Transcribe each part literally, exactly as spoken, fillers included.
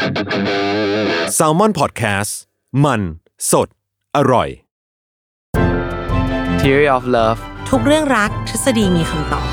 Salmon Podcast มันสดอร่อย Theory of Love ทุกเรื่องรักทฤษฎีมีคำตอบ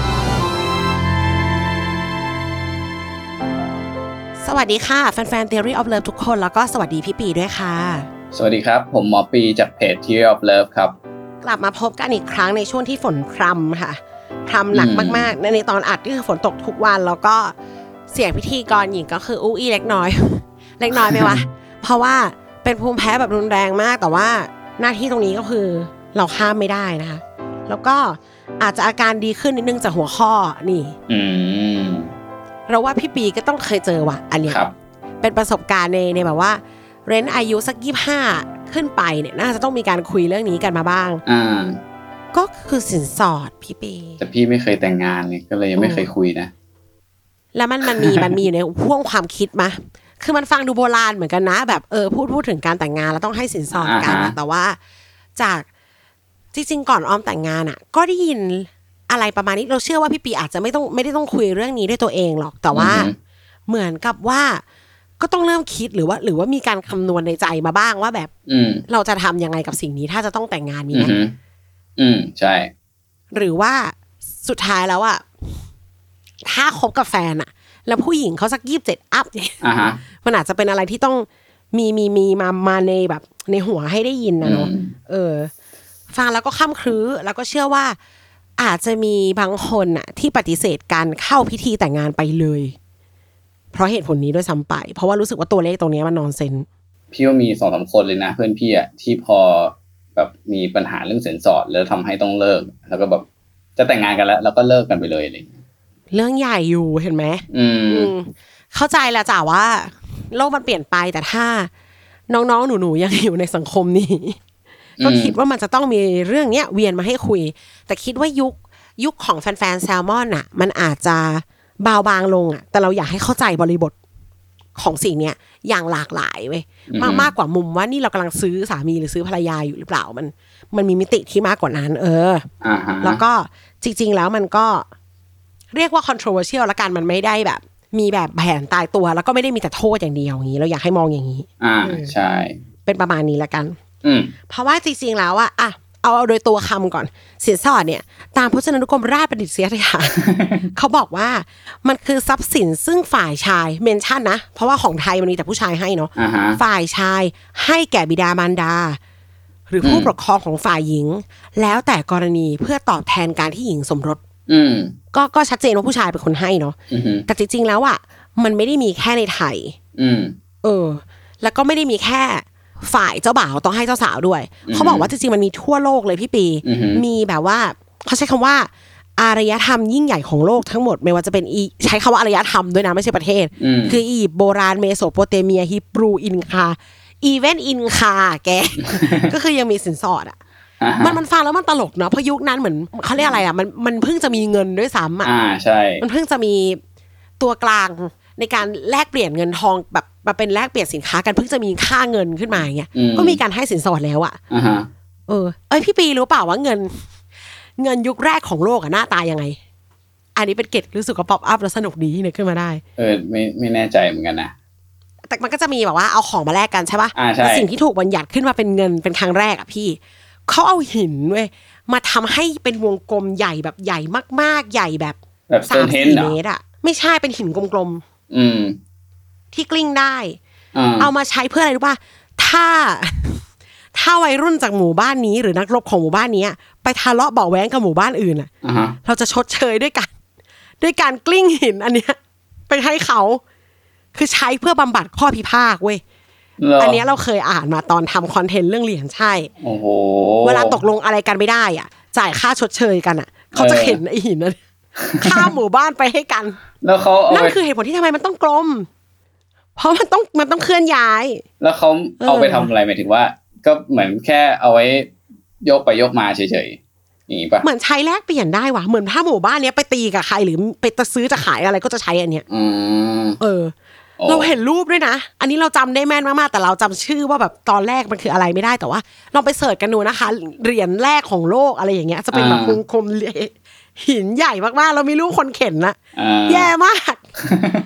สวัสดีค่ะแฟนๆ Theory of Love ทุกคนแล้วก็สวัสดีพี่ปีด้วยค่ะสวัสดีครับผมหมอปีจากเพจ Theory of Love ครับกลับมาพบกันอีกครั้งในช่วงที่ฝนพรำค่ะพรำหนักมากๆในในตอนอัดก็คือฝนตกทุกวันแล้วก็เสียงพิธีกรหญิงก็คืออู้อี้เล็กน้อย เล็กน้อยไหมวะ เพราะว่าเป็นภูมิแพ้แบบรุนแรงมากแต่ว่าหน้าที่ตรงนี้ก็คือเราข้ามไม่ได้นะคะแล้วก็อาจจะอาการดีขึ้นนิดนึงจากหัวข้อนี่อืมเราว่าพี่ปีก็ต้องเคยเจอว่ะอันเนี้ยเป็นประสบการณ์ในในแบบว่าเรนอายุสักยี่สิบห้าขึ้นไปเนี่ยน่าจะต้องมีการคุยเรื่องนี้กันมาบ้างอ่าก็คือสินสอดพี่ปีแต่พี่ไม่เคยแต่งงานไงก็เลยยังไม่เคยคุยนะแล้วมันมันมีมันมีอยู่ในห่วงความคิดมะคือมันฟังดูโบราณเหมือนกันนะแบบเออพูดพูดถึงการแต่งงานแล้วต้องให้สินสอดกันแต่ว่าจากจริงๆก่อนออมแต่งงานอ่ะก็ได้ยินอะไรประมาณนี้เราเชื่อว่าพี่ปีอาจจะไม่ต้องไม่ได้ต้องคุยเรื่องนี้ด้วยตัวเองหรอกแต่ว่าเหมือนกับว่าก็ต้องเริ่มคิดหรือว่าหรือว่ามีการคำนวณในใจมาบ้างว่าแบบเราจะทำยังไงกับสิ่งนี้ถ้าจะต้องแต่งงานนี้อืมใช่หรือว่าสุดท้ายแล้วอ่ะถ้าคบกับแฟนอ่ะแล้วผู้หญิงเขาสักยี่สิบเจ็ดอัพเนี่ยมันอาจจะเป็นอะไรที่ต้องมีมีมีมามาในแบบในหัวให้ได้ยินนะเนาะเออฟังแล้วก็ค้ำครื้อแล้วก็เชื่อว่าอาจจะมีบางคนน่ะที่ปฏิเสธการเข้าพิธีแต่งงานไปเลยเพราะเหตุผลนี้ด้วยซ้ำไปเพราะว่ารู้สึกว่าตัวเลขตรงนี้มันนอนเซนพี่ว่ามี สองสาม คนเลยนะเพื่อนพี่อ่ะที่พอแบบมีปัญหาเรื่องสินสอดแล้วทำให้ต้องเลิกแล้วก็แบบจะแต่งงานกันแล้วแล้วก็เลิกกันไปเลยอะไรเรื่องใหญ่อยู่เห็นไหมอืมเข้าใจแล้วจ้ะว่าโลกมันเปลี่ยนไปแต่ถ้าน้องๆหนูๆยังอยู่ในสังคมนี้ก็คิดว่ามันจะต้องมีเรื่องเนี้ยเวียนมาให้คุยแต่คิดว่ายุคยุคของแฟนๆแซลมอนอ่ะมันอาจจะเบาบางลงอ่ะแต่เราอยากให้เข้าใจบริบทของสิ่งเนี้ยอย่างหลากหลายเว้ยมากมากกว่ามุมว่านี่เรากำลังซื้อสามีหรือซื้อภรรยาอยู่หรือเปล่ามันมันมีมิติที่มากกว่านั้นเออ uh-huh. แล้วก็จริงๆแล้วมันก็เรียกว่า controversial ละกันมันไม่ได้แบบมีแบบแผนตายตัวแล้วก็ไม่ได้มีแต่โทษอย่างเดียวอย่างนี้เราอยากให้มองอย่างนี้อ่าใช่เป็นประมาณนี้ละกันอืมเพราะว่าจริงๆแล้วอะอะเอาเอาโดยตัวคำก่อนสินสอดเนี่ยตามพจนานุกรมราชบัณฑิตยสถาน เขาบอกว่ามันคือทรัพย์สินซึ่งฝ่ายชายเมนชั่นนะเพราะว่าของไทยมันมีแต่ผู้ชายให้เนาะ uh-huh. ฝ่ายชายให้แก่บิดามารดาหรือผู้ปกครองของฝ่ายหญิงแล้วแต่กรณีเพื่อตอบแทนการที่หญิงสมรสอืมก็ก็ชัดเจนว่าผู้ชายเป็นคนให้เนาะแต่จริงๆแล้วอ่ะมันไม่ได้มีแค่ในไทยอืมเออแล้วก็ไม่ได้มีแค่ฝ่ายเจ้าบ่าวต้องให้เจ้าสาวด้วยเขาบอกว่าจริงๆมันมีทั่วโลกเลยพี่ปีมีแบบว่าเขาใช้คำว่าอารยธรรมยิ่งใหญ่ของโลกทั้งหมดไม่ว่าจะเป็นอีใช้คำว่าอารยธรรมด้วยนะไม่ใช่ประเทศคืออียิปต์โบราณเมโสโปเตเมียฮิบรูอินคาอีเวนต์อินคาแก ก็คือยังมีสินสอดอ่ะมันมันฟังแล้วมันตลกเนาะเพราะยุคนั้นเหมือนเขาเรียกอะไรอ่ะมันมันเพิ่งจะมีเงินด้วยซ้ำอ่ะอ่าใช่มันเพิ่งจะมีตัวกลางในการแลกเปลี่ยนเงินทองแบบมาเป็นแลกเปลี่ยนสินค้ากันเพิ่งจะมีค่าเงินขึ้นมาอย่างเงี้ยก็มีการให้สินสอดแล้วอ่ะเออเอ้ยพี่ปีรู้เปล่าว่าเงินเงินยุคแรกของโลกอ่ะหน้าตายังไงอันนี้เป็นเกร็ดรู้สึกว่าป๊อปอัพแล้วสนุกดีนึกขึ้นมาได้เออไม่ไม่แน่ใจเหมือนกันนะแต่มันก็จะมีแบบว่าเอาของมาแลกกันใช่ป่ะแต่สิ่งที่ถูกบัญญัติขึ้นมาเป็นเงินเป็นครั้งแรกอ่ะพี่เขาเอาหินเว้ยมาทำให้เป็นวงกลมใหญ่แบบใหญ่มากๆใหญ่แบบสามสี่เมตรอ่ะไม่ใช่เป็นหินกลมๆอืมที่กลิ้งได้เอามาใช้เพื่ออะไรรู้ป่ะถ้าถ้าวัยรุ่นจากหมู่บ้านนี้หรือนักรบของหมู่บ้านนี้ไปทะเลาะเบาะแว้งกับหมู่บ้านอื่นอ่ะ uh-huh. เราจะชดเชยด้วยกันด้วยการกลิ้งหินอันเนี้ยไปให้เขาคือใช้เพื่อบำบัดข้อพิพาทเว้ยอันนี้เราเคยอ่านมาตอนทำคอนเทนต์เรื่องเหรียญใช่โอ้โหเวลาตกลงอะไรกันไม่ได้อ่ะจ่ายค่าชดเชยกันอ่ะเขาจะเข็นไอ้หินนั้นข้ามหมู่บ้านไปให้กันแล้วเขานั่นคือเหตุผลที่ทำไมมันต้องกลมเพราะมันต้องมันต้องเคลื่อนย้ายแล้วเขาเอาไปทำอะไรหมายถึงว่าก็เหมือนแค่เอาไว้ยกไปยกมาเฉยๆอย่างนี้ป่ะเหมือนใช้แลกเปลี่ยนได้ว่ะเหมือนถ้าหมู่บ้านเนี้ยไปตีกับใครหรือไปจะซื้อจะขายอะไรก็จะใช้อันเนี้ยอืมเออเราเห็นรูปด้วยนะอันนี้เราจำได้แม่นมากๆแต่เราจำชื่อว่าแบบตอนแรกมันคืออะไรไม่ได้แต่ว่าลองไปเสิร์ชกันดูนะคะเหรียญแรกของโลกอะไรอย่างเงี้ยจะเป็นแบบวงกลมหินใหญ่มากๆเรามีรูปคนเข็นนะแย่มาก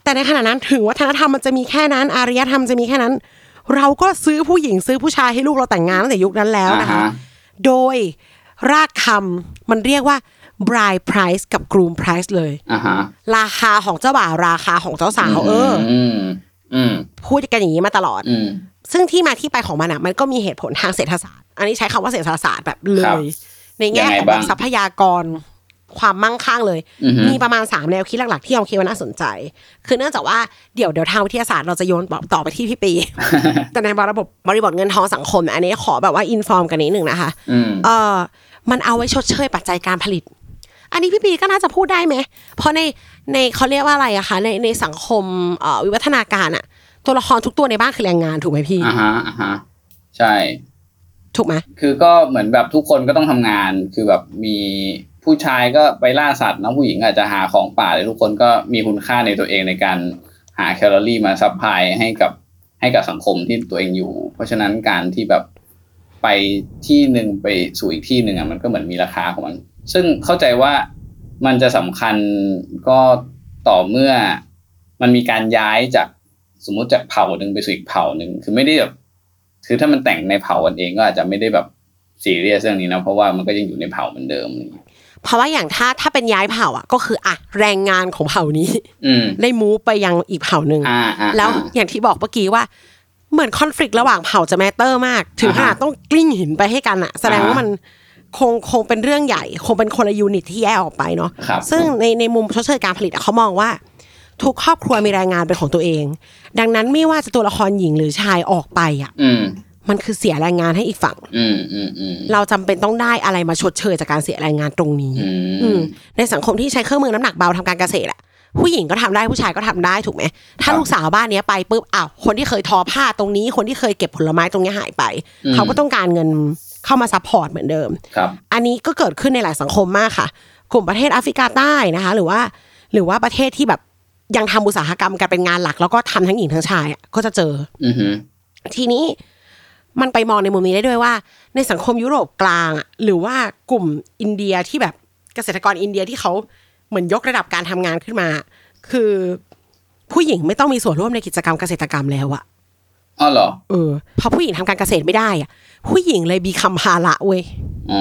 แต่ในขณะนั้นถึงวัฒนธรรมมันจะมีแค่นั้นอารยธรรมจะมีแค่นั้นเราก็ซื้อผู้หญิงซื้อผู้ชายให้ลูกเราแต่งงานตั้งแต่ยุคนั้นแล้วนะคะ uh-huh. โดยรากคำมันเรียกว่า bride price กับ groom price เลย uh-huh. ราคาของเจ้าบ่าวราคาของเจ้าสาว uh-huh. เออ uh-huh. พูดกันอย่างนี้มาตลอด uh-huh. ซึ่งที่มาที่ไปของมันอ่ะมันก็มีเหตุผลทางเศรษฐศาสตร์อันนี้ใช้คำว่าเศรษฐศาสตร์แบบเลยในแง่ของทรัพยากรความมั่งคั่งเลย uh-huh. มีประมาณสามแนวคิดหลักๆที่เราคิดว่าน่าสนใจคือเนื่องจากว่าเดี๋ยวเดี๋ยวทางวิทยาศาสตร์เราจะโยนต่อไปที่พี่ปี แต่ในระบบบริบทเงินทองสังคมอันนี้ขอแบบว่าอินฟอร์มกันนิดนึงนะคะเออมันเอาไว้ชดเชยปัจจัยการผลิตอันนี้พี่ปีก็น่าจะพูดได้ไหมเพราะในในเขาเรียกว่าอะไรอะคะในในสังคมเอ่อวิวัฒนาการอะตัวละครทุกตัวในบ้านคือแรงงานถูกไหมพี่อ่าฮะอ่าฮะใช่ถูกไหมคือก็เหมือนแบบทุกคนก็ต้องทำงานคือแบบมีผู้ชายก็ไปล่าสัตว์นะผู้หญิงอาจจะหาของป่าเลยทุกคนก็มีคุณค่าในตัวเองในการหาแคลอรี่มาซัพพลายให้กับให้กับสังคมที่ตัวเองอยู่เพราะฉะนั้นการที่แบบไปที่นึงไปสู่อีกที่นึงอ่ะมันก็เหมือนมีราคาของมันซึ่งเข้าใจว่ามันจะสำคัญก็ต่อเมื่อมันมีการย้ายจากสมมุติจากเผ่านึงไปสู่อีกเผ่านึงคือไม่ได้แบบคือถ้ามันแต่งในเผ่ากันเองก็อาจจะไม่ได้แบบซีเรียสเรื่องนี้นะเพราะว่ามันก็ยังอยู่ในเผ่าเหมือนเดิมเพราะว่าอย่างถ้าถ้าเป็นย้ายเผ่าอ่ะก็คืออ่ะแรงงานของเผ่านี้ได้มูฟไปยังอีกเผ่านึงแล้วอย่างที่บอกเมื่อกี้ว่าเหมือนคอนฟลิกต์ระหว่างเผ่าจะแมตเตอร์มากถึงขนาดต้องกลิ้งหินไปให้กันอ่ะแสดงว่ามันคงคงเป็นเรื่องใหญ่คงเป็นคนละยูนิตที่แยกออกไปเนาะซึ่งในในมุมชดเชยการผลิตเขามองว่าทุกครอบครัวมีแรงงานเป็นของตัวเองดังนั้นไม่ว่าจะตัวละครหญิงหรือชายออกไปอ่ะมันคือเสียแรงงานให้อีกฝั่งเราจำเป็นต้องได้อะไรมาชดเชยจากการเสียแรงงานตรงนี้ในสังคมที่ใช้เครื่องมือน้ำหนักเบาทำการเกษตรอ่ะผู้หญิงก็ทำได้ผู้ชายก็ทำได้ถูกไหมถ้าลูกสาวบ้านนี้ไปปุ๊บอ้าวคนที่เคยทอผ้าตรงนี้คนที่เคยเก็บผลไม้ตรงนี้หายไปเขาก็ต้องการเงินเข้ามาซัพพอร์ตเหมือนเดิมอันนี้ก็เกิดขึ้นในหลายสังคมมากค่ะกลุ่มประเทศแอฟริกาใต้นะคะหรือว่าหรือว่าประเทศที่แบบยังทำอุตสาหกรรมกันเป็นงานหลักแล้วก็ทำทั้งหญิงทั้งชายอ่ะก็จะเจอทีนี้มันไปมองในมุมนี้ได้ด้วยว่าในสังคมยุโรปกลางอ่ะหรือว่ากลุ่มอินเดียที่แบบเกษตรกรอินเดียที่เขาเหมือนยกระดับการทำงานขึ้นมาคือผู้หญิงไม่ต้องมีส่วนร่วมในกิจกรรมเกษตรกรรมแล้วอะอ๋อเหรอเออพอผู้หญิงทำการเกษตรไม่ได้อะผู้หญิงเลยบีคัมภาระเว้ยอ๋อ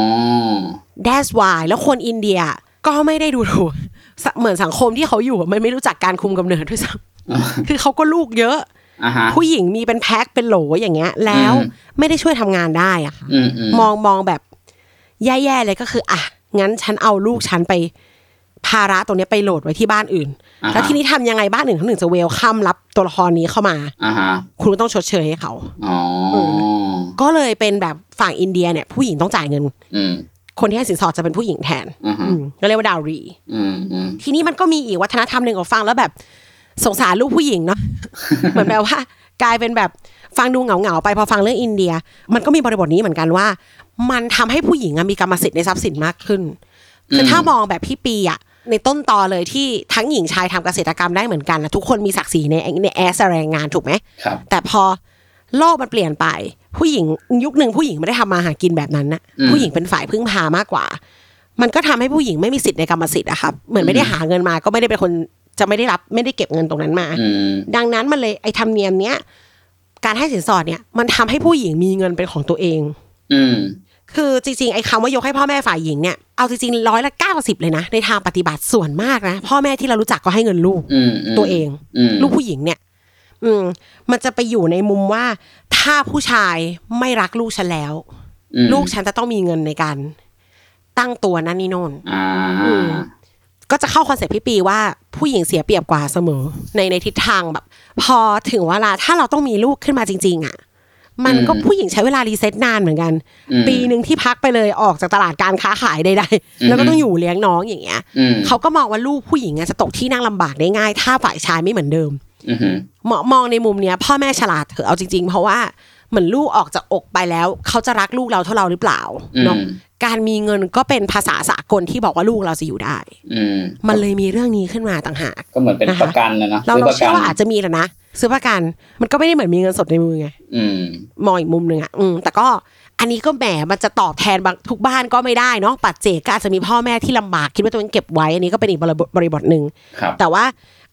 that's why แล้วคนอินเดียก็ไม่ได้ดูถูกเหมือนสังคมที่เขาอยู่มันไม่รู้จักการคุมกำเนิดด้วยซ้ำ คือเขาก็ลูกเยอะผู้หญิงมีเป็นแพ็คเป็นโหลอย่างเงี้ยแล้วไม่ได้ช่วยทำงานได้อะค่ะมองมองแบบแย่ๆเลยก็คืออ่ะงั้นฉันเอาลูกฉันไปภาระตรงนี้ไปโหลดไว้ที่บ้านอื่นแล้วทีนี้ทำยังไงบ้านอื่นทั้งหนึ่งจะเวลคัมรับตัวละครนี้เข้ามาคุณต้องชดเชยให้เขาก็เลยเป็นแบบฝั่งอินเดียเนี่ยผู้หญิงต้องจ่ายเงินคนที่ให้สินสอดจะเป็นผู้หญิงแทนก็เรียกว่าดาวรีทีนี้มันก็มีอีกวัฒนธรรมหนึ่งของฟังแล้วแบบสงสารลูกผู้หญิงเนาะ เหมือนแบบว่ากลายเป็นแบบฟังดูเหงาๆไปพอฟังเรื่องอินเดียมันก็มีบริบทนี้เหมือนกันว่ามันทำให้ผู้หญิงมีกรรมสิทธิ์ในทรัพย์สินมากขึ้นคือถ้ามองแบบพี่ปีอะในต้นตอเลยที่ทั้งหญิงชายทำเกษตรกรรมได้เหมือนกันนะทุกคนมีศักดิ์ศรีในในแอสแรงงานถูกไหมแต่พอโลกมันเปลี่ยนไปผู้หญิงยุคหนึ่งผู้หญิงไม่ได้ทำมาหากินแบบนั้นนะผู้หญิงเป็นฝ่ายพึ่งพามากกว่ามันก็ทำให้ผู้หญิงไม่มีสิทธิ์ในกรรมสิทธิ์อะครับเหมือนไม่ได้หาเงินมาก็ไม่ได้เป็นคนจะไม่ได้รับไม่ได้เก็บเงินตรงนั้นมาดังนั้นมันเลยไอ้ธรรมเนียมเนี้ยการให้สินสอดเนี่ยมันทำให้ผู้หญิงมีเงินเป็นของตัวเองคือจริงๆไอ้คำว่ายกให้พ่อแม่ฝ่ายหญิงเนี่ยเอาจริงๆร้อยละเก้าสิบเลยนะในทางปฏิบัติส่วนมากนะพ่อแม่ที่เรารู้จักก็ให้เงินลูกตัวเองลูกผู้หญิงเนี่ยอืมมันจะไปอยู่ในมุมว่าถ้าผู้ชายไม่รักลูกฉันแล้วลูกฉันจะต้องมีเงินในการตั้งตัวนั่นนี่โน่นก็จะเข้าคอนเซ็ปต์พี่ปีว่าผู้หญิงเสียเปรียบกว่าเสมอในในทิศทางแบบพอถึงเวลาถ้าเราต้องมีลูกขึ้นมาจริงๆอ่ะมันก็ผู้หญิงใช้เวลารีเซ็ตนานเหมือนกันปีนึงที่พักไปเลยออกจากตลาดการค้าขายใดๆแล้วก็ต้องอยู่เลี้ยงน้องอย่างเงี้ยเขาก็มองว่าลูกผู้หญิงจะตกที่นั่งลำบากได้ง่ายถ้าฝ่ายชายไม่เหมือนเดิมมองมองในมุมเนี้ยพ่อแม่ฉลาดเถอะเอาจริงๆเพราะว่าเหมือนลูกออกจากอกไปแล้วเขาจะรักลูกเราเท่าเราหรือเปล่าเนาะการมีเงินก็เป็นภาษาสากลที่บอกว่าลูกเราจะอยู่ได้มันเลยมีเรื่องนี้ขึ้นมาต่างหากก็เหมือนเป็นประกันนะนะเราเราเชื่อว่าอาจจะมีแหละนะซื้อประกันมันก็ไม่ได้เหมือนมีเงินสดในมือไงมองอีกมุมนึงอ่ะแต่ก็อันนี้ก็แหมมันจะตอบแทนบางทุกบ้านก็ไม่ได้เนาะปัจเจกก็อาจจะมีพ่อแม่ที่ลำบากคิดว่าตัวเองเก็บไว้อันนี้ก็เป็นอีกบริบทนึงแต่ว่า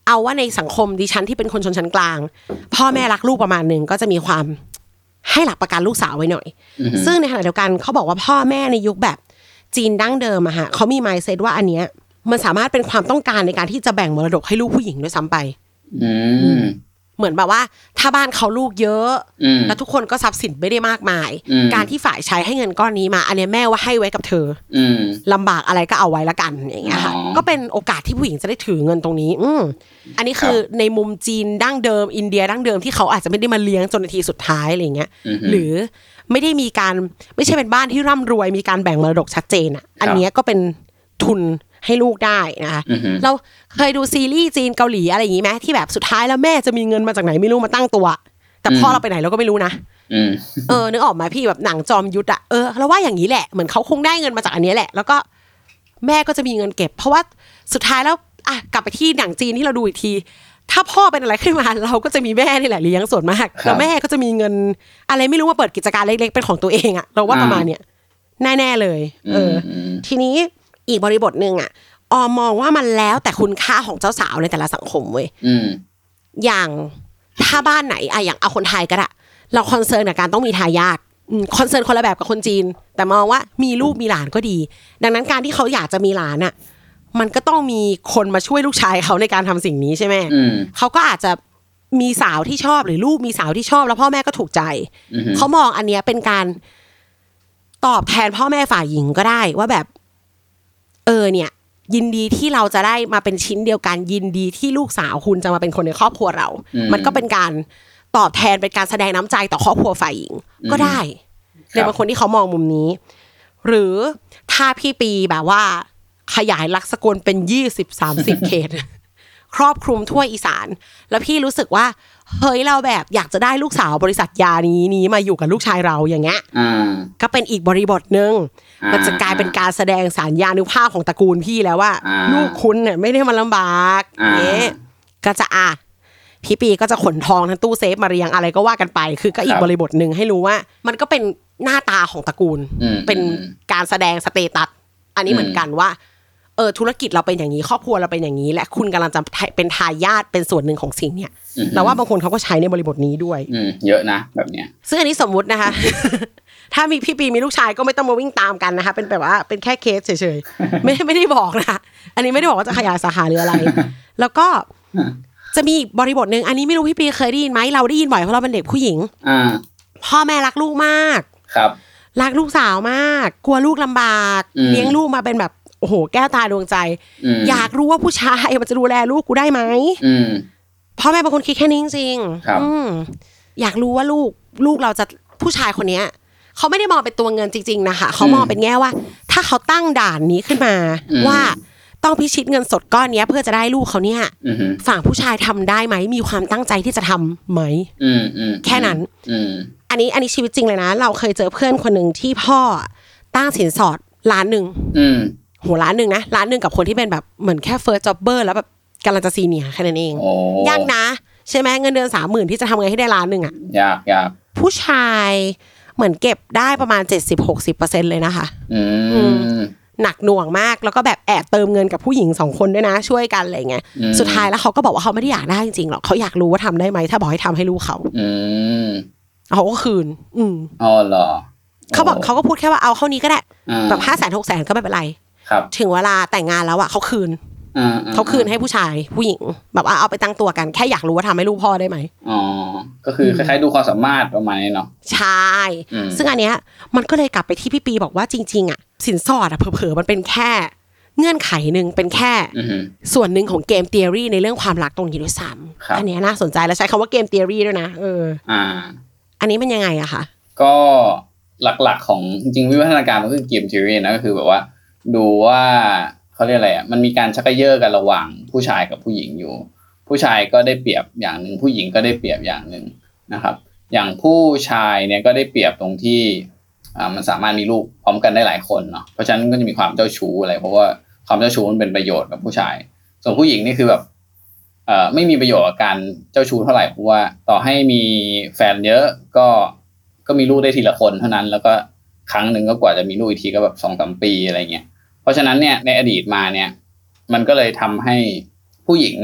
เอาว่าในสังคมดิฉันที่เป็นคนชนชั้นกลางพ่อแม่รักลูกประมาณนึงก็จะมีความให้หลักประกันลูกสาวไว้หน่อยซึ่งในขณะเดียวกันเขาบอกว่าพ่อแม่ในยุคแบบจีนดั้งเดิมอะฮะเขามี mindset ว่าอันเนี้ยมันสามารถเป็นความต้องการในการที่จะแบ่งมรดกให้ลูกผู้หญิงด้วยซ้ำไปเหมือนแบบว่าถ้าบ้านเขาลูกเยอะแล้วทุกคนก็ทรัพย์สินไม่ได้มากมายการที่ฝ่ายชายให้เงินก้อนนี้มาอันนี้แม่ว่าให้ไว้กับเธอลำบากอะไรก็เอาไว้ละกันอย่างเงี้ยค่ะก็เป็นโอกาสที่ผู้หญิงจะได้ถือเงินตรงนี้อือันนี้คือในมุมจีนดั้งเดิมอินเดียดั้งเดิมที่เขาอาจจะไม่ได้มาเลี้ยงจนนาทีสุดท้ายอะไรเงี้ยหรือไม่ได้มีการไม่ใช่เป็นบ้านที่ร่ำรวยมีการแบ่งมรดกชัดเจนอ่ะอันนี้ก็เป็นทุนให้ลูกได้นะคะเราเคยดูซีรีส์จีนเกาหลีอะไรอย่างงี้ไหมที่แบบสุดท้ายแล้วแม่จะมีเงินมาจากไหนไม่รู้มาตั้งตัวแต่พ่อเราไปไหนเราก็ไม่รู้นะเออนึกออกไหมพี่แบบหนังจอมยุทธอะเออเราว่าอย่างนี้แหละเหมือนเขาคงได้เงินมาจากอันนี้แหละแล้วก็แม่ก็จะมีเงินเก็บเพราะว่าสุดท้ายแล้วอ่ะกลับไปที่หนังจีนที่เราดูอีกทีถ้าพ่อเป็นอะไรขึ้นมาเราก็จะมีแม่นี่แหละเลี้ยงส่วนมากแล้วแม่ก็จะมีเงินอะไรไม่รู้มาเปิดกิจการเล็กๆเป็นของตัวเองอะเราว่าประมาณเนี้ยแน่ๆเลยเออทีนี้อีกบริบทนึงอะออมมองว่ามันแล้วแต่คุณค่าของเจ้าสาวในแต่ละสังคมเว้ยอย่างถ้าบ้านไหนอะอย่างเอาคนไทยก็ได้เราคอนเซิร์นกับการต้องมีทายาทคอนเซิร์นคนละแบบกับคนจีนแต่มองว่ามีลูกมีหลานก็ดีดังนั้นการที่เขาอยากจะมีหลานอะมันก็ต้องมีคนมาช่วยลูกชายเขาในการทำสิ่งนี้ใช่ไหมเขาก็อาจจะมีสาวที่ชอบหรือลูกมีสาวที่ชอบแล้วพ่อแม่ก็ถูกใจเขามองอันเนี้ยเป็นการตอบแทนพ่อแม่ฝ่ายหญิงก็ได้ว่าแบบเออเนี่ยยินดีที่เราจะได้มาเป็นชิ้นเดียวกันยินดีที่ลูกสาวคุณจะมาเป็นคนในครอบครัวเรามันก็เป็นการตอบแทนเป็นการแสดงน้ำใจต่อครอบครัวฝ่ายหญิงก็ได้ในบางคนที่เขามองมุมนี้หรือถ้าพี่ปีแบบว่าขยายลักษกลเป็นยี่สิบ สามสิบเขตครอบคลุมทั่วอีสานแล้วพี่รู้สึกว่าเฮ้ยเราแบบอยากจะได้ลูกสาวบริษัทยานี้นี้มาอยู่กับลูกชายเราอย่างเงี้ยก็เป็นอีกบริบทนึงมันจะกลายเป็นการแสดงสัญญานุภาพของตระกูลพี่แล้วว่าลูกคุณเนี่ยไม่ได้มาลำบากเงี้ยก็จะอ่ะพี่ปีก็จะขนทองทั้งตู้เซฟมาเรียงอะไรก็ว่ากันไปคือก็อีกบริบทนึงให้รู้ว่ามันก็เป็นหน้าตาของตระกูลเป็นการแสดงสเตตัสอันนี้เหมือนกันว่าเออธุรกิจเราเป็นอย่างนี้ครอบครัวเราเป็นอย่างนี้และคุณกำลังจะเป็นทายาทเป็นส่วนหนึ่งของสิ่งเนี้ยแต่ว่าบางคนเขาก็ใช้ในบริบทนี้ด้วยเยอะนะแบบเนี้ยซึ่งอันนี้สมมุตินะคะ ถ้ามีพี่ปีมีลูกชายก็ไม่ต้องมาวิ่งตามกันนะคะเป็นแบบว่าเป็นแค่เคสเฉยๆไม่ไม่ได้บอกนะอันนี้ไม่ได้บอกว่าจะขยายสาขาหรืออะไร แล้วก็จะมีบริบทนึงอันนี้ไม่รู้พี่ปีเคยได้ยินไหมเราได้ยินบ่อยเพราะเราเป็นเด็กผู้หญิงพ่อแม่รักลูกมากครับรักลูกสาวมากกลัวลูกลำบากเลี้ยงลูกมาเป็นแบบโอ้โหแก้วตาดวงใจอยากรู้ว่าผู้ชายมันจะดูแลลูกกูได้ไหมพ่อแม่เป็นคนคิดแค่นี้จริงๆอยากรู้ว่าลูกลูกเราจะผู้ชายคนนี้เขาไม่ได้มองเป็นตัวเงินจริงๆนะคะเขามองเป็นแง่ว่าถ้าเขาตั้งด่านนี้ขึ้นมาว่าต้องพิชิตเงินสดก้อนนี้เพื่อจะได้ลูกเขาเนี่ยฝั่งผู้ชายทำได้ไหมมีความตั้งใจที่จะทำไหมแค่นั้นอันนี้อันนี้ชีวิตจริงเลยนะเราเคยเจอเพื่อนคนหนึ่งที่พ่อตั้งสินสอดล้านหนึ่งโหล้านหนึ่งนะล้านหนึ่งกับคนที่เป็นแบบเหมือนแค่เฟิร์สจ็อบเบอร์แล้วแบบกำลังจะซีเนียร์แค่นั้นเองยากนะใช่ไหมเงินเดือนสามหมื่นที่จะทำไงให้ได้ล้านหนึ่งอ่ะยากยากผู้ชายเหมือนเก็บได้ประมาณเจ็ดสิบหกสิบเปอร์เซ็นต์เลยนะคะหนักหน่วงมากแล้วก็แบบแอบเติมเงินกับผู้หญิงสองคนด้วยนะช่วยกันอะไรเงี้ยสุดท้ายแล้วเขาก็บอกว่าเขาไม่ได้อยากได้จริงๆหรอกเขาอยากรู้ว่าทำได้ไหมถ้าบอกให้ทำให้ลูกเขาเขาก็คืนอืมอ๋อเหรอเขาบอกเขาก็พูดแค่ว่าเอาเท่านี้ก็ได้แบบห้าแสนหกแสนก็ไม่เป็นไรถึงเวลาแต่งงานแล้วอ่ะเขาคืนเขาคืนให้ผู้ชายผู้หญิงแบบว่าเอาไปตั้งตัวกันแค่อยากรู้ว่าทำให้ลูกพ่อได้ไหมอ๋อก็คือคล้ายๆดูความสามารถประมาณนี้เนาะใช่ซึ่งอันเนี้ยมันก็เลยกลับไปที่พี่ปีบอกว่าจริงๆอ่ะสินสอดอ่ะเผลอๆมันเป็นแค่เงื่อนไขนึงเป็นแค่ส่วนหนึ่งของเกม theory ในเรื่องความรักตรงนี้ด้วยซ้ำอันนี้น่าสนใจแล้วใช้คำว่าเกม theory ด้วยนะเอออ่าอันนี้มันยังไงอะคะก็หลักๆของจริงๆวิวัฒนาการมันคือเกม theory นะก็คือแบบว่าดูว่าเขาเรียกอะไรอ่ะมันมีการชักเย่อกันระหว่างผู้ชายกับผู้หญิงอยู่ผู้ชายก็ได้เปรียบอย่างนึงผู้หญิงก็ได้เปรียบอย่างนึงนะครับอย่างผู้ชายเนี่ยก็ได้เปรียบตรงที่อ่ามันสามารถมีลูกพร้อมกันได้หลายคนเนาะเพราะฉะนั้นก็จะมีความเจ้าชู้อะไรเพราะว่าความเจ้าชู้มันเป็นประโยชน์กับผู้ชายส่วนผู้หญิงนี่คือแบบเอ่อไม่มีประโยชน์กับการเจ้าชู้เท่าไหร่เพราะว่าต่อให้มีแฟนเยอะก็ก็มีลูกได้ทีละคนเท่านั้นแล้วก็ครั้งนึงก็กว่าจะมีลูกอีกทีก็แบบ สองสาม ปีอะไรเงี้ยเพราะฉะนั้นเนี่ยในอดีตมาเนี่ยมันก็เลยทำให้ผู้หญิงเนี่ย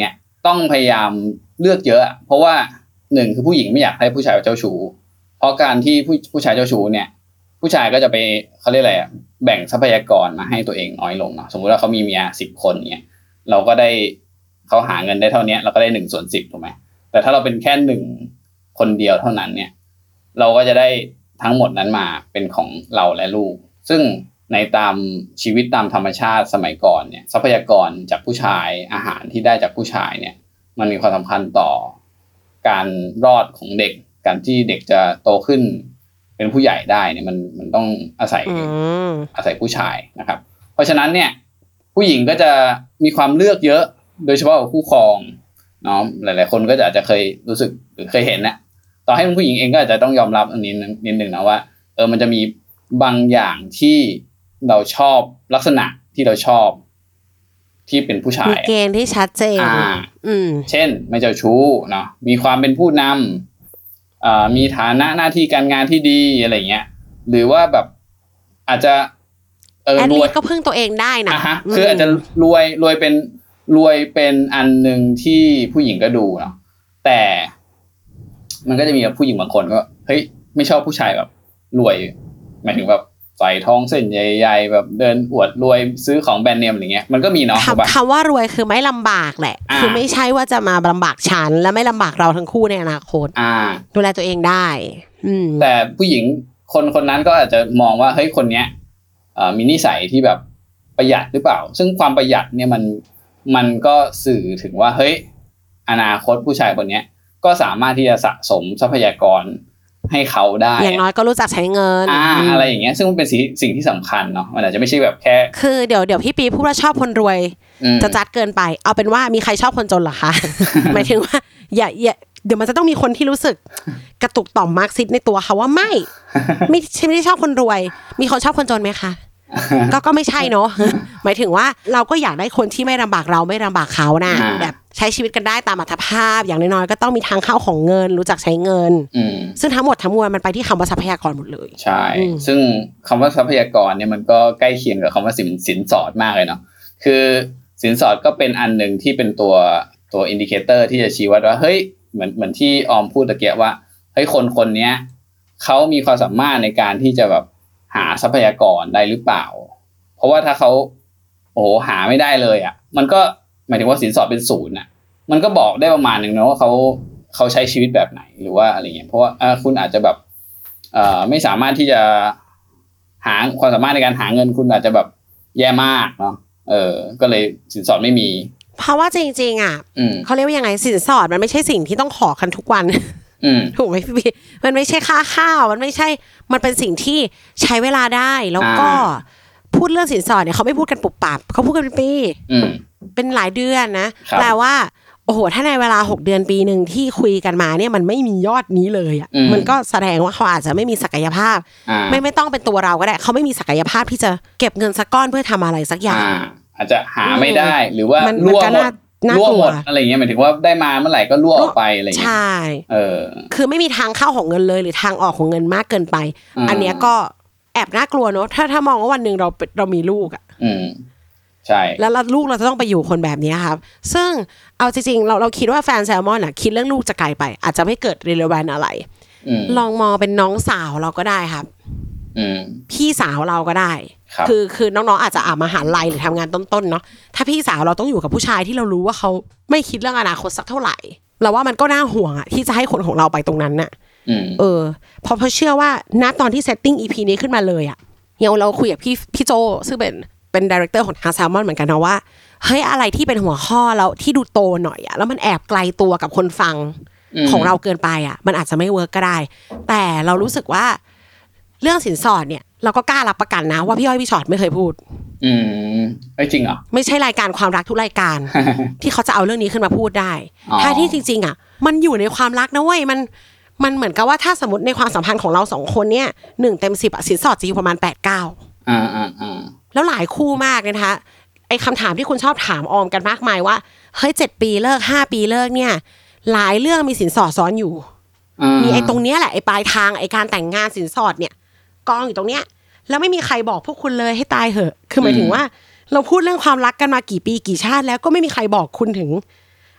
ต้องพยายามเลือกเยอะเพราะว่าหนึ่งคือผู้หญิงไม่อยากให้ผู้ชายเจ้าชู้เพราะการที่ผู้ผู้ชายเจ้าชู้เนี่ยผู้ชายก็จะไปเขาเรียกอะไรอ่ะแบ่งทรัพยากรมาให้ตัวเองน้อยลงเนาะสมมุติว่าเขามีเมียสิบคนเนี่ยเราก็ได้เขาหาเงินได้เท่านี้เราก็ได้หนึ่งส่วนสิบถูกไหมแต่ถ้าเราเป็นแค่หนึ่งคนเดียวเท่านั้นเนี่ยเราก็จะได้ทั้งหมดนั้นมาเป็นของเราและลูกซึ่งในตามชีวิตตามธรรมชาติสมัยก่อนเนี่ยทรัพยากรจากผู้ชายอาหารที่ได้จากผู้ชายเนี่ยมันมีความสำคัญต่อการรอดของเด็กการที่เด็กจะโตขึ้นเป็นผู้ใหญ่ได้เนี่ยมันมันต้องอาศัยอาศัยผู้ชายนะครับเพราะฉะนั้นเนี่ยผู้หญิงก็จะมีความเลือกเยอะโดยเฉพาะคู่ครองเนาะหลายๆคนก็จะอาจจะเคยรู้สึกหรือเคยเห็นนะต่อให้เป็นผู้หญิงเองก็อาจจะต้องยอมรับอันนี้นิดนึงนะว่าเออมันจะมีบางอย่างที่เราชอบลักษณะที่เราชอบที่เป็นผู้ชายมีเกณฑ์ที่ชัดเจนอ่าอืมเช่นไม่เจ้าชู้เนาะมีความเป็นผู้นำอ่ามีฐานะหน้าที่การงานที่ดีอะไรเงี้ยหรือว่าแบบอาจจะเออรวยก็พึ่งตัวเองได้นะอ่ะฮะคืออาจจะรวยรวยเป็นรวยเป็นอันนึงที่ผู้หญิงก็ดูเนาะแต่มันก็จะมีผู้หญิงบางคนก็เฮ้ยไม่ชอบผู้ชายแบบรวยหมายถึงแบบใส่ทองเส้นใหญ่ๆแบบเดินอวดรวยซื้อของแบรนด์เนมอะไรเงี้ยมันก็มีเนาะคำว่ารวยคือไม่ลำบากแหละคือไม่ใช่ว่าจะมาลำบากฉันและไม่ลำบากเราทั้งคู่ในอนาคตดูแลตัวเองได้แต่ผู้หญิงคนคนนั้นก็อาจจะมองว่าเฮ้ยคนเนี้ยมีนิสัยที่แบบประหยัดหรือเปล่าซึ่งความประหยัดเนี่ยมันมันก็สื่อถึงว่าเฮ้ยอนาคตผู้ชายคนนี้ก็สามารถที่จะสะสมทรัพยากรให้เขาได้อย่างน้อยก็รู้จักใช้เงินอ่าอะไรอย่างเงี้ยซึ่งมันเป็นสิ่งสิ่งที่สำคัญเนาะมันอาจจะไม่ใช่แบบแค่คือเดี๋ยวเดี๋ยวพี่ปีพูดว่าชอบคนรวยจะจัดเกินไปเอาเป็นว่ามีใครชอบคนจนเหรอคะ หมายถึงว่าอย่าอย่าเดี๋ยวมันจะต้องมีคนที่รู้สึกกระตุกต่อมมาร์กซิสในตัวเขาว่าไม่ไม่ใช่ไม่ได้ชอบคนรวยมีคนชอบคนจนไหมคะก็ก็ไม่ใช่เนาะหมายถึงว่าเราก็อยากได้คนที่ไม่ลำบากเราไม่ลำบากเขานะแบบใช้ชีวิตกันได้ตามอัตภาพอย่างน้อยๆก็ต้องมีทางเข้าของเงินรู้จักใช้เงินซึ่งทั้งหมดทั้งมวลมันไปที่คำว่าทรัพยากรหมดเลยใช่ซึ่งคำว่าทรัพยากรเนี่ยมันก็ใกล้เคียงกับคำว่าสินสินสอดมากเลยเนาะคือสินสอดก็เป็นอันนึงที่เป็นตัวตัวอินดิเคเตอร์ที่จะชี้วัดว่าเฮ้ยเหมือนเหมือนที่ออมพูดตะเกียบว่าเฮ้ยคนคนนี้เขามีความสามารถในการที่จะแบบหาทรัพยากรได้หรือเปล่าเพราะว่าถ้าเขาโอ้โหหาไม่ได้เลยอ่ะมันก็หมายถึงว่าสินสอดเป็นศูนย์อ่ะมันก็บอกได้ประมาณนึงนะว่าเขาเขาใช้ชีวิตแบบไหนหรือว่าอะไรเงี้ยเพราะว่าคุณอาจจะแบบเอ่อไม่สามารถที่จะหาความสามารถในการหาเงินคุณอาจจะแบบแย่มากเนาะเออก็เลยสินสอดไม่มีเพราะว่าจริงๆอ่ะเขาเรียกว่ายังไงสินสอดมันไม่ใช่สิ่งที่ต้องขอกันทุกวันถูกไหมพี่มันไม่ใช่ค่าข้าวมันไม่ใช่มันเป็นสิ่งที่ใช้เวลาได้แล้วก็พูดเรื่องสินสอดเนี่ยเขาไม่พูดกันปุบปับเขาพูดกันเป็นปีเป็นหลายเดือนนะแปลว่าโอ้โหถ้าในเวลาหกเดือนปีนึงที่คุยกันมาเนี่ยมันไม่มียอดนี้เลยอ่ะมันก็แสดงว่าเขาอาจจะไม่มีศักยภาพไม่ไม่ต้องเป็นตัวเราก็ได้เขาไม่มีศักยภาพที่จะเก็บเงินสักก้อนเพื่อทำอะไรสักอย่างอาจจะหาไม่ได้หรือว่ารั่วหมดรั่วหมดอะไรเงี้ยหมายถึงว่าได้มาเมื่อไหร่ก็รั่วออกไปอะไรเงี้ยใช่เออคือไม่มีทางเข้าของเงินเลยหรือทางออกของเงินมากเกินไปอันเนี้ยก็แอบน่ากลัวเนอะถ้าถ้ามองว่าวันนึงเราเรามีลูกอ่ะอืมใช่แล้วลูกเราจะต้องไปอยู่คนแบบนี้ครับซึ่งเอาจริงๆเราเราคิดว่าแฟนแซลมอนอ่ะคิดเรื่องลูกจะไกลไปอาจจะไม่เกิด relevant อะไรลองมองเป็นน้องสาวเราก็ได้ครับพี่สาวเราก็ได้คือคือน้องๆอาจจะอ่ามหาลัยหรือทำงานต้นๆเนาะถ้าพี่สาวเราต้องอยู่กับผู้ชายที่เรารู้ว่าเขาไม่คิดเรื่องอนาคตสักเท่าไหร่เราว่ามันก็น่าห่วงอ่ะที่จะให้คนของเราไปตรงนั้นน่ะเออเพราะเพราะเชื่อว่าณตอนที่เซตติ้ง อี พี นี้ขึ้นมาเลยอ่ะเดี๋ยวเราคุยกับพี่พี่โจซึ่งเป็นเป็นไดเรคเตอร์ของทางแซลมอนเหมือนกันนะว่าเฮ้ยอะไรที่เป็นหัวข้อแล้วที่ดูโตหน่อยอ่ะแล้วมันแอบไกลตัวกับคนฟังของเราเกินไปอ่ะมันอาจจะไม่เวิร์กก็ได้แต่เรารู้สึกว่าเรื่องสินสอดเนี่ยเราก็กล้ารับประกันนะว่าพี่อ้อยพี่ชอตไม่เคยพูดอืมไม่จริงเหรอไม่ใช่รายการความรักทุกรายการ ที่เขาจะเอาเรื่องนี้ขึ้นมาพูดได้ถ้าที่จริงๆอ่ะมันอยู่ในความรักนะเว้ยมันมันเหมือนกับว่าถ้าสมมติในความสัมพันธ์ของเราสองคนเนี่ยหนึ่งเต็มสิบอ่ะสินสอดจะอยู่ประมาณแปดเก้าอ่าอ่าอ่าแล้วหลายคู่มากเลยนะคะไอ้คำถามที่คุณชอบถามออมกันมากมายว่าเฮ้ยเจ็ดปีเลิกห้าปีเลิกเนี่ยหลายเรื่องมีสินสอดซ้อนอยู่มีไอ้ตรงเนี้ยแหละไอ้ปลายทางไอ้การแต่งงานสินสอดเนี่ยกองอยู่ตรงเนี้ยแล้วไม่มีใครบอกพวกคุณเลยให้ตายเหอะคือหมายถึงว่าเราพูดเรื่องความรักกันมากี่ปีกี่ชาติแล้วก็ไม่มีใครบอกคุณถึง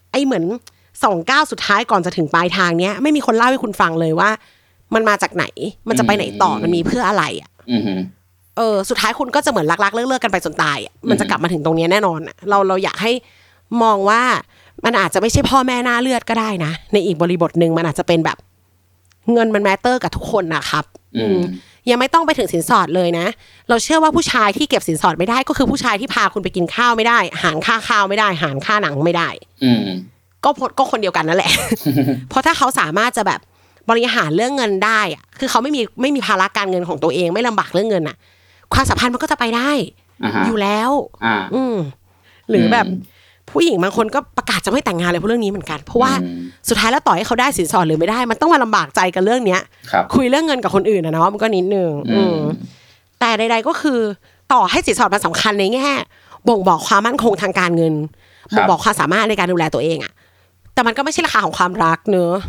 ไอ้เหมือนสองก้าวสุดท้ายก่อนจะถึงปลายทางเนี้ยไม่มีคนเล่าให้คุณฟังเลยว่ามันมาจากไหนมันจะไปไหนต่อมันมีเพื่ออะไรอ่ะเออสุดท้ายคุณก็จะเหมือนรักๆเลิกๆกันไปจนตายอ่ะมันจะกลับมาถึงตรงนี้แน่นอนอ่ะเราเราอยากให้มองว่ามันอาจจะไม่ใช่พ่อแม่หน้าเลือดก็ได้นะในอีกบริบทนึงมันอาจจะเป็นแบบเงินมันแมตเตอร์กับทุกคนนะครับอืมยังไม่ต้องไปถึงสินสอดเลยนะเราเชื่อว่าผู้ชายที่เก็บสินสอดไม่ได้ก็คือผู้ชายที่พาคุณไปกินข้าวไม่ได้หารค่าข้าวไม่ได้หารค่าหนังไม่ได้อืมก็ก็คนเดียวกันนั่นแหละ เพราะถ้าเขาสามารถจะแบบบริหารเรื่องเงินได้อะคือเขาไม่มีไม่มีภาระการเงินของตัวเองไม่ลำบากเรื่องเงินอะความสัมพันธ์มันก็จะไปได้ uh-huh. อยู่แล้วอืมหรือแบบผู้หญิงบางคนก็ประกาศจะไม่แต่งงานเลยเพราะเรื่องนี้เหมือนกันเพราะว่าสุดท้ายแล้วต่อให้เขาได้สินสอดหรือไม่ได้มันต้องมาลำบากใจกันเรื่องเนี้ยคุยเรื่องเงินกับคนอื่นนะเนาะมันก็นิดนึงแต่ใดๆก็คือต่อให้สินสอดมันสำคัญในแง่บ่งบอกความมั่นคงทางการเงินบ่งบอกความสามารถในการดูแลตัวเองอะแต่มันก็ไม่ใช่ราคาของความรักเนอะ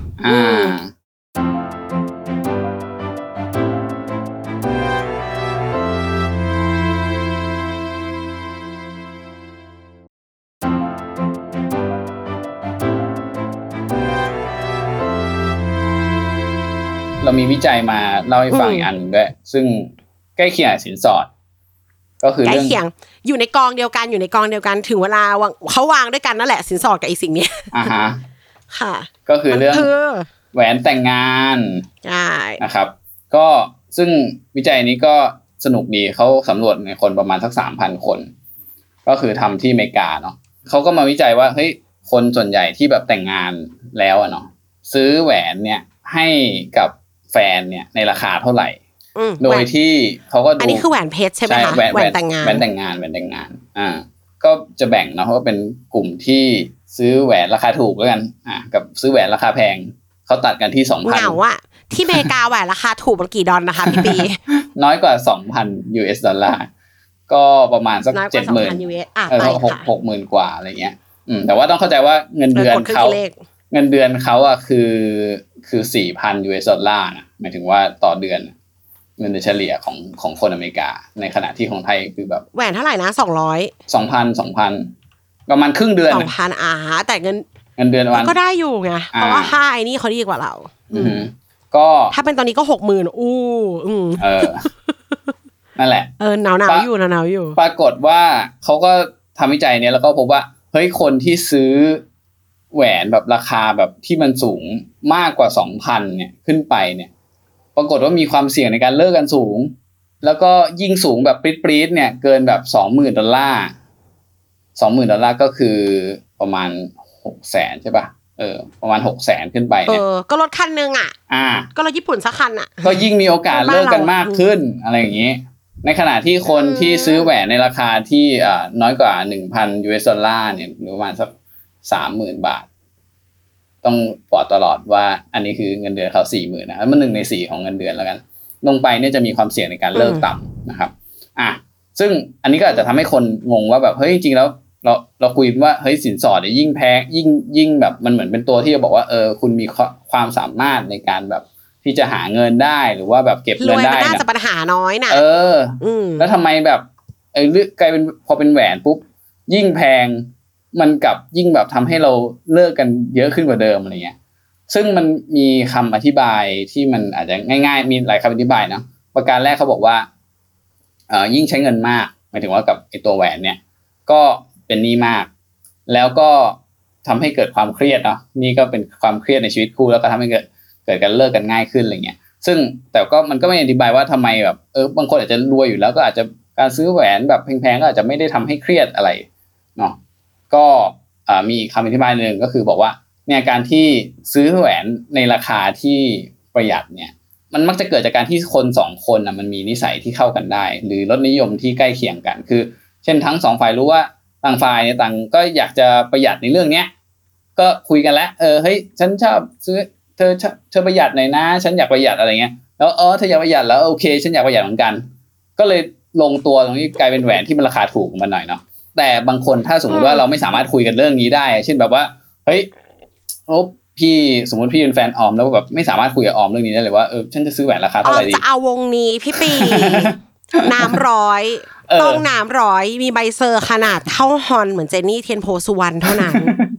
เรามีวิจัยมาเล่าให้ฟังอีกอันนึงด้วยซึ่งใกล้เคียงสินสอดก็คือเรื่องใกล้เคียงอยู่ในกองเดียวกันอยู่ในกองเดียวกันถึงเวลาเขาวางด้วยกันนั่นแหละสินสอดกับไอ้สิ่งนี้อ่าฮะค่ะก็คือเรื่องแหวนแต่งงานใช่นะครับก็ซึ่งวิจัยนี้ก็สนุกดีเขาสำรวจในคนประมาณสัก สามพัน คนก็คือทำที่อเมริกาเนาะเขาก็มาวิจัยว่าเฮ้ยคนส่วนใหญ่ที่แบบแต่งงานแล้วอ่ะเนาะซื้อแหวนเนี่ยให้กับแฟนเนี่ยในราคาเท่าไหร่โดยที่เขาก็ดูอันนี้คือแหวนเพชรใช่ไหมคะแหวนแต่งงานแหวนแต่งงานแหวนแต่งงานอ่าก็จะแบ่งเนาะเพราะว่าเป็นกลุ่มที่ซื้อแหวนราคาถูกแล้วกันอ่ากับซื้อแหวนราคาแพงเขาตัดกันที่ สองพันเหงาอ่ะที่อเมริกาแหวนราคาถูกมันกี่ดอลนะคะพี่ปีน้อยกว่า สองพัน ยู เอส ดอลลาร์ก็ประมาณสัก เจ็ดหมื่นอ่ะไปค่ะหกหมื่น กว่าอะไรเงี้ยอืมแต่ว่าต้องเข้าใจว่าเงินเดือนเขาเงินเดือนเขาอ่ะคือคือ สี่พัน ยู เอส ดอลลาร์นะหมายถึงว่าต่อเดือนเงินเฉลี่ยของของคนอเมริกาในขณะที่ของไทยคือแบบแหวนเท่าไหร่นะสองร้อยสองพัน สองพันประมาณครึ่งเดือนสองพัน อ่าแต่เงินเงินเดือนวันก็ได้อยู่ไงเพราะว่าค่าไอ้นี่เขาดีกว่าเราอือก็ถ้าเป็นตอนนี้ก็ หกหมื่น อู้อืมเออนั่นแหละเออหนาวๆอยู่หนาวๆอยู่ปรากฏว่าเขาก็ทำวิจัยเนี้ยแล้วก็พบว่าเฮ้ยคนที่ซื้อแหวนแบบราคาแบบที่มันสูงมากกว่า สองพัน เนี่ยขึ้นไปเนี่ยปรากฏว่ามีความเสี่ยงในการเลิกกันสูงแล้วก็ยิ่งสูงแบบปรี๊ดๆเนี่ยเกินแบบ สองหมื่น ดอลลาร์ สองหมื่น ดอลลาร์ก็คือประมาณ หกแสน ใช่ป่ะเออประมาณ หกแสน ขึ้นไปเนี่ยเออก็รถคันนึงอ่ะอ่าก็รถญี่ปุ่นสักคันอ่ะก็ยิ่งมีโอกาสเลิกกันมากขึ้นอะไรอย่างงี้ในขณะที่คนที่ซื้อแหวนในราคาที่อ่าน้อยกว่า หนึ่งพัน ยู เอส ดอลลาร์เนี่ยประมาณสัก สามหมื่น บาทต้องบอกตลอดว่าอันนี้คือเงินเดือนเขา สี่หมื่น นะแล้วมันหนึ่งในสี่ของเงินเดือนแล้วกันลงไปเนี่ยจะมีความเสี่ยงในการเลิกต่ำนะครับอ่ะซึ่งอันนี้ก็อาจจะทำให้คนงงว่าแบบเฮ้ยจริงๆแล้วเราเราคุยว่าเฮ้ยสินสอดเนี่ยยิ่งแพงยิ่งยิ่งแบบมันเหมือนเป็นตัวที่จะบอกว่าเออคุณมีความสามารถในการแบบที่จะหาเงินได้หรือว่าแบบเก็บเงินได้รวยมันน่าจะปัญหาน้อยนะเออแล้วทำไมแบบไอ้เรื่องกลายเป็นพอเป็นแหวนปุ๊บยิ่งแพงมันกับยิ่งแบบทำให้เราเลิกกันเยอะขึ้นกว่าเดิมอะไรเงี้ยซึ่งมันมีคำอธิบายที่มันอาจจะง่ายๆมีหลายคำอธิบายนะประการแรกเขาบอกว่าเอ่อยิ่งใช้เงินมากหมายถึงว่ากับไอ้ตัวแหวนเนี่ยก็เป็นหนี้มากแล้วก็ทำให้เกิดความเครียดเนาะนี่ก็เป็นความเครียดในชีวิตคู่แล้วก็ทำให้เกิดเกิดการเลิกกันง่ายขึ้นอะไรเงี้ยซึ่งแต่ก็มันก็ไม่อธิบายว่าทำไมแบบเออบางคนอาจจะรวยอยู่แล้วก็อาจจะการซื้อแหวนแบบแพงๆก็อาจจะไม่ได้ทำให้เครียดอะไรเนาะก็มีคำอธิบายหนึ่งก็คือบอกว่าเนี่ยการที่ซื้อแหวนในราคาที่ประหยัดเนี่ยมันมักจะเกิดจากการที่คนสองคนน่ะมันมีนิสัยที่เข้ากันได้หรือรสนิยมที่ใกล้เคียงกันคือเช่นทั้งสองฝ่ายรู้ว่าต่างฝ่ายเนี่ยต่างก็อยากจะประหยัดในเรื่องเนี้ยก็คุยกันแล้วเออเฮ้ยฉันชอบซื้อเธอเธอประหยัดหน่อยนะฉันอยากประหยัดอะไรเงี้ยแล้วเออเธออยากประหยัดแล้วโอเคฉันอยากประหยัดเหมือนกันก็เลยลงตัวตรงนี้กลายเป็นแหวนที่มันราคาถูกมาหน่อยเนาะแต่บางคนถ้าสมมติว่าเราไม่สามารถคุยกันเรื่องนี้ได้เช่นแบบว่าเฮ้ยโอ้พี่สมมติพี่เป็นแฟนออมแล้วแบบไม่สามารถคุยกับออมเรื่องนี้ได้เลยว่าเออฉันจะซื้อแหวนราคาเท่าไหร่ดีจะเอาวงนี้พี่ปี น้ำร้อยต้องน้ำร้อยมีใบเซอร์ขนาดเท่าฮอนเหมือนเจนนี่เทียนโพสุวรรณเท่านั้น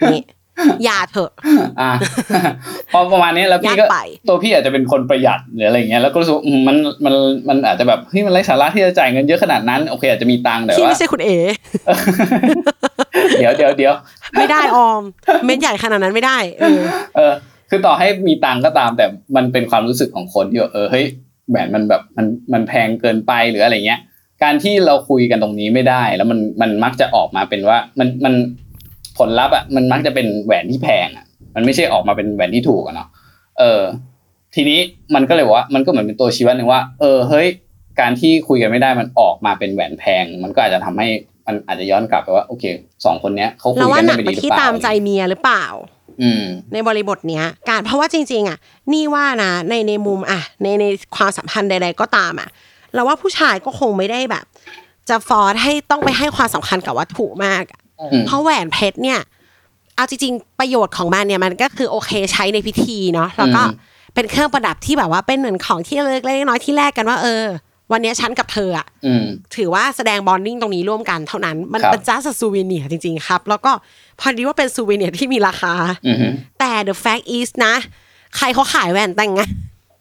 นี่อย่าเถอะอ่าพอประมาณนี้แล้วพี่ก็ตัวพี่อาจจะเป็นคนประหยัดหรืออะไรเงี้ยแล้วก็รู้สึกมันมันมันอาจจะแบบเฮ้ยมันไร้สาระที่จะจ่ายเงินเยอะขนาดนั้นโอเคอาจจะมีตังค์แต่ว่าพี่ไม่ใช่คุณเอ๋เดี๋ยวเดี๋ยวเดี๋ยวไม่ได้ออมเม็ดใหญ่ขนาดนั้นไม่ได้เออเออคือต่อให้มีตังค์ก็ตามแต่มันเป็นความรู้สึกของคนที่เออเฮ้ยแหวนมันแบบมันมันแพงเกินไปหรืออะไรเงี้ยการที่เราคุยกันตรงนี้ไม่ได้แล้วมันมันมักจะออกมาเป็นว่ามันมันผลลัพธ์อ่ะมันมักจะเป็นแหวนที่แพงอ่ะมันไม่ใช่ออกมาเป็นแหวนที่ถูกอ่ะเนาะเออทีนี้มันก็เลยว่ามันก็เหมือนเป็นตัวชี้วัดนึงว่าเออเฮ้ยการที่คุยกันไม่ได้มันออกมาเป็นแหวนแพงมันก็อาจจะทำให้มันอาจจะย้อนกลับไปว่าโอเคสองคนเนี้ยเขาคุยกันไม่ดีหรือเปล่าแล้วว่าหนักไปที่ตามใจเมียหรือเปล่าอืมในบริบทเนี้ยการเพราะว่าจริงๆอ่ะนี่ว่านะในในมุมอ่ะในในความสัมพันธ์ใดๆก็ตามอ่ะเราว่าผู้ชายก็คงไม่ได้แบบจะฟอร์สให้ต้องไปให้ความสำคัญกับวัตถุมากเพราะแหวนเพชรเนี่ยเอาจริงๆประโยชน์ของมันเนี่ยมันก็คือโอเคใช้ในพิธีเนาะแล้วก็เป็นเครื่องประดับที่แบบว่าเป็นเหมือนของที่เล็กๆน้อยๆที่แลกกันว่าเออวันนี้ฉันกับเธออ่ะถือว่าแสดงบอนดิ้งตรงนี้ร่วมกันเท่านั้นมันเป็นจัสต์ซูเวเนียร์จริงๆครับแล้วก็พอดีว่าเป็นซูเวเนียร์ที่มีราคาแต่ the fact is นะใครเขาขายแหวนแต่งงาน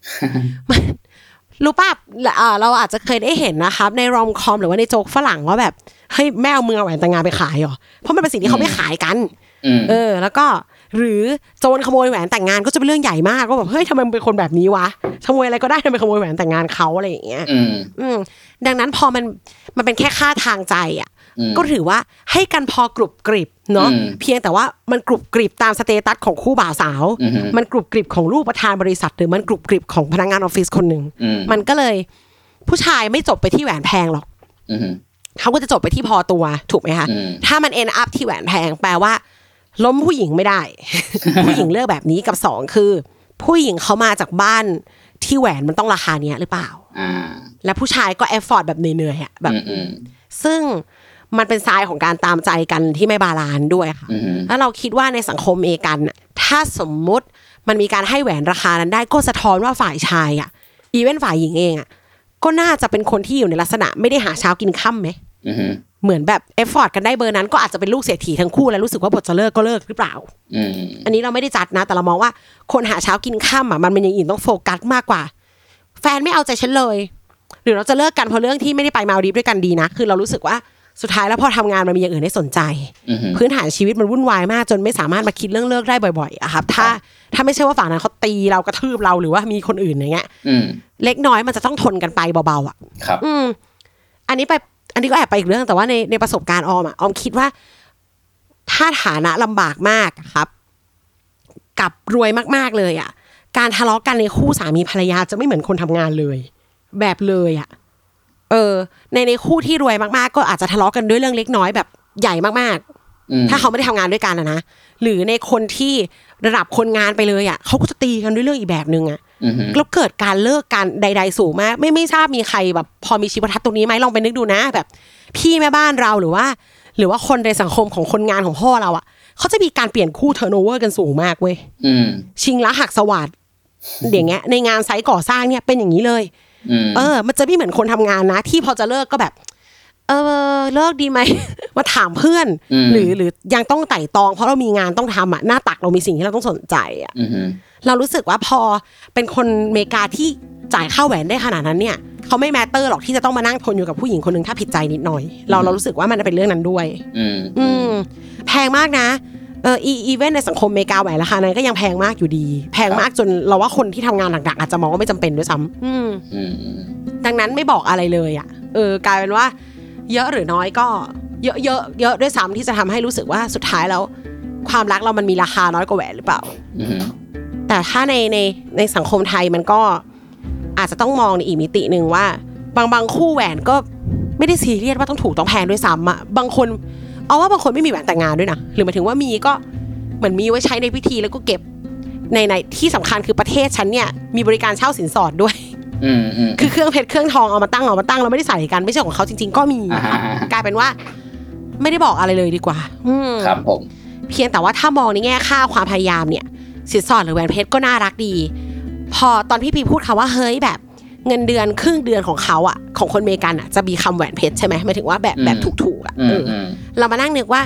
รู้ป่ะเราอาจจะเคยได้เห็นนะครับในรอมคอมหรือว่าในโจ๊กฝรั่งว่าแบบเฮ้ยแม่เอามือแหวนแต่งงานไปขายหรอเพราะมันเป็นสิ่งที่เขาไม่ขายกันเออแล้วก็หรือโจรขโมยแหวนแต่งงานก็จะเป็นเรื่องใหญ่มากก็แบบเฮ้ยทำไมมึงเป็นคนแบบนี้วะขโมยอะไรก็ได้ทำไมขโมยแหวนแต่งงานเขาอะไรอย่างเงี้ยอืมดังนั้นพอมันมันเป็นแค่ค่าทางใจอ่ะก็ถือว่าให้กันพอกรุบกริบเนาะเพียงแต่ว่ามันกรุบกริบตามสเตตัสของคู่บ่าวสาวมันกรุบกริบของลูกประธานบริษัทหรือมันกรุบกริบของพนักงานออฟฟิศคนนึงมันก็เลยผู้ชายไม่จบไปที่แหวนแพงหรอกเขาก็จะจบไปที่พอตัวถูกไหมคะถ้ามัน end up ที่แหวนแพงแปลว่าล้มผู้หญิงไม่ได้ ผู้หญิงเลือกแบบนี้กับสองคือผู้หญิงเขามาจากบ้านที่แหวนมันต้องราคาเนี้ยหรือเปล่าและผู้ชายก็เอฟฟอร์ตแบบเหนื่อยๆอ่ะแบบซึ่งมันเป็นทรายของการตามใจกันที่ไม่บาลานซ์ด้วยค่ะแล้วเราคิดว่าในสังคมเอกันถ้าสมมุติมันมีการให้แหวนราคานั้นได้ก็สะท้อนว่าฝ่ายชายอ่ะอีเวนฝ่ายหญิงเองอ่ะก็น่าจะเป็นคนที่อยู่ในลักษณะไม่ได้หาเช้ากินค่ำไหมเหมือนแบบเอฟฟอร์ตกันได้เบอร์นั้นก็อาจจะเป็นลูกเศรษฐีทั้งคู่แล้วรู้สึกว่าบทจะเลิกก็เลิกหรือเปล่าอันนี้เราไม่ได้จัดนะแต่เรามองว่าคนหาเช้ากินค่ำอ่ะมันเป็นอย่างอื่นต้องโฟกัสมากกว่าแฟนไม่เอาใจฉันเลยหรือเราจะเลิกกันเพราะเรื่องที่ไม่ได้ไปมาลดีฟด้วยกันดีนะคือเรารู้สึกว่าสุดท้ายแล้วพอทำงานมันมีอย่างอื่นให้สนใจพื้นฐานชีวิตมันวุ่นวายมากจนไม่สามารถมาคิดเรื่องเลิกได้บ่อยๆอะครับถ้าถ้าไม่ใช่ว่าฝั่งนั้นเขาตีเรากระทืบเราหรือว่ามีคนอื่นอย่างเงี้ยเล็กน้อยมันจะต้องทนกันไปเบาๆอ่ะครับอืมอันนี้ไปอันนี้ก็แอบไปอีกเรื่องแต่ว่าในในประสบการณ์ออมอ่ะออมคิดว่าถ้าฐานะลำบากมากครับกับรวยมากๆเลยอ่ะการทะเลาะกันในคู่สามีภรรยาจะไม่เหมือนคนทำงานเลยแบบเลยอ่ะเออในในคู่ที่รวยมากๆก็อาจจะทะเลาะกันด้วยเรื่องเล็กน้อยแบบใหญ่มากๆถ้าเขาไม่ได้ทำงานด้วยกันนะนะหรือในคนที่ระดับคนงานไปเลยอ่ะเขาก็จะตีกันด้วยเรื่องอีกแบบนึงอ่ะแล้วเกิดการเลิกกันใดๆสูงมากไม่ไม่ทราบมีใครแบบพอมีชีวทัศน์ตรงนี้ไหมลองไปนึกดูนะแบบพี่แม่บ้านเราหรือว่าหรือว่าคนในสังคมของคนงานของพ่อเราอ่ะเขาจะมีการเปลี่ยนคู่เทอร์โนเวอร์กันสูงมากเว้ยชิงละหักสวัสดิ์อย่างเงี้ยในงานไซต์ก่อสร้างเนี่ยเป็นอย่างนี้เลยเออมันจะไม่เหมือนคนทำงานนะที่พอจะเลิกก็แบบเออเลิกดีไหม มาถามเพื่อนหรือหรือยังต้องไต่ตองเพราะเรามีงานต้องทำอ่ะหน้าตักเรามีสิ่งที่เราต้องสนใจอ่ะเรารู้สึกว่าพอเป็นคนอเมริกาที่จ่ายค่าแหวนได้ขนาดนั้นเนี่ยเขาไม่แมตเตอร์หรอกที่จะต้องมานั่งทนอยู่กับผู้หญิงคนนึงถ้าผิดใจนิดหน่อยเราเรารู้สึกว่ามันเป็นเรื่องนั้นด้วยอืมแพงมากนะเอออีเวนต์ในสังคมอเมริกาแหวนราคานั้นก็ยังแพงมากอยู่ดีแพงมากจนเราว่าคนที่ทำงานหนักๆอาจจะมองว่าไม่จำเป็นด้วยซ้ำอืมดังนั้นไม่บอกอะไรเลยอ่ะเออกลายเป็นว่าเยอะหรือน้อยก็เยอะเยอะเยอะด้วยซ้ำที่จะทำให้รู้สึกว่าสุดท้ายแล้วความรักเรามันมีราคาน้อยกว่าแหวนหรือเปล่าแต่ถ้าในในในสังคมไทยมันก็อาจจะต้องมองในอีกมิตินึงว่าบางบางคู่แหวนก็ไม่ได้ซีเรียสว่าต้องถูกต้องแพงด้วยซ้ำอ่ะบางคนเอาว่าบางคนไม่มีแหวนแต่งงานด้วยนะหรือหมายถึงว่ามีก็เหมือนมีไว้ใช้ในพิธีแล้วก็เก็บในในที่สำคัญคือประเทศฉันเนี่ยมีบริการเช่าสินสอดด้วยคือเครื่องเพชรเครื่องทองเอามาตั้งเอามาตั้งเราไม่ได้ใส่กันไม่ใช่ของเขาจริงๆก็มีกลายเป็นว่าไม่ได้บอกอะไรเลยดีกว่าครับผมเพียงแต่ว่าถ้ามองในแง่ค่าความพยายามเนี่ยสินสอดหรือแหวนเพชรก็น่ารักดีพอตอนพี่พีพูดคำว่าเฮ้ยแบบเงินเดือนครึ่งเดือนของเขาอ่ะของคนอเมริกันอ่ะจะมีคำแหวนเพชรใช่ไหมหมายถึงว่าแบบแบบถูกๆอ่ะเรามานั่งนึกว่า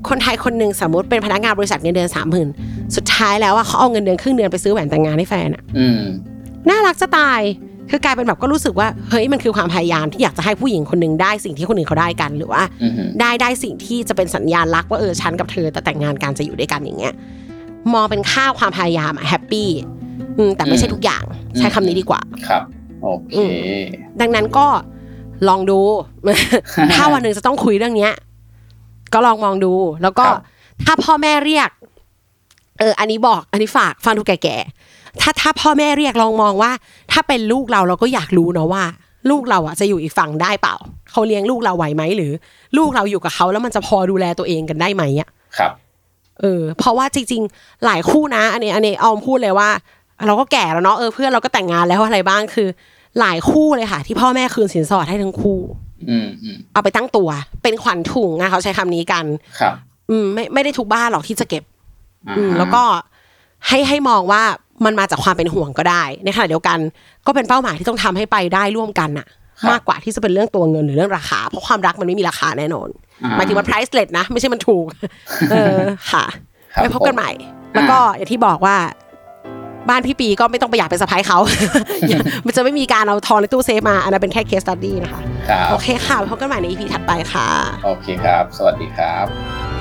คนไทยคนนึงสมมติเป็นพนักงานบริษัทเงินเดือน สามหมื่น สุดท้ายแล้วอ่ะเขาเอาเงินเดือนครึ่งเดือนไปซื้อแหวนแต่งงานให้แฟนอ่ะอืมน่ารักจะตายคือกลายเป็นแบบก็รู้สึกว่าเฮ้ยมันคือความพยายามที่อยากจะให้ผู้หญิงคนนึงได้สิ่งที่คนอื่นเขาได้กันหรือว่าได้ได้สิ่งที่จะเป็นสัญญาณรักว่าเออฉันกับเธอแต่แต่งงานกันจะอยู่ด้วยกันอย่างเงี้ยมองเป็นค่าความพยายามอะแฮปปี้แต่ไม่ใช่ทุกอย่างใช้คำนี้ดีกว่าครับโอเคดังนั้นก็ลองดู ถ้าวันหนึ่งจะต้องคุยเรื่องเนี้ยก็ลองมองดูแล้วก็ถ้าพ่อแม่เรียกเอออันนี้บอกอันนี้ฝากฟังทุกแก่ๆถ้าถ้าพ่อแม่เรียกลองมองว่าถ้าเป็นลูกเราเราก็อยากรู้เนาะว่าลูกเราอ่ะจะอยู่อีกฝั่งได้เปล่าเขาเลี้ยงลูกเราไหวไหมหรือลูกเราอยู่กับเขาแล้วมันจะพอดูแลตัวเองกันได้ไหมอ่ะครับเออเพราะว่าจริงๆหลายคู่นะอันนี้อันนี้ออมพูดเลยว่าเราก็แก่แล้วเนาะเออเพื่อนเราก็แต่งงานแล้วอะไรบ้างคือหลายคู่เลยค่ะที่พ่อแม่คืนสินสอดให้ทั้งคู่อืมอืมเอาไปตั้งตัวเป็นขวัญถุงนะเขาใช้คำนี้กันครับอืมไม่ไม่ได้ทุกบ้านหรอกที่จะเก็บอืมแล้วก็ให้ให้มองว่ามันมาจากความเป็นห่วงก็ได้ในขณะเดียวกันก็เป็นเป้าหมายที่ต้องทำให้ไปได้ร่วมกันน่ะมากกว่าที่จะเป็นเรื่องตัวเงินหรือเรื่องราคาเพราะความรักมันไม่มีราคาแน่นอนหมายถึงว่า priceless นะไม่ใช่มันถูกเออค่ะไว้พบกันใหม่แล้วก็อย่างที่บอกว่าบ้านพี่ปีก็ไม่ต้องไปอยากเป็นสะพ้ายเขามันจะไม่มีการเอาทองในตู้เซฟมาอันนั้นเป็นแค่ case study นะคะโอเคค่ะไว้พบกันใหม่ใน อี พี ถัดไปค่ะโอเคครับสวัสดีครับ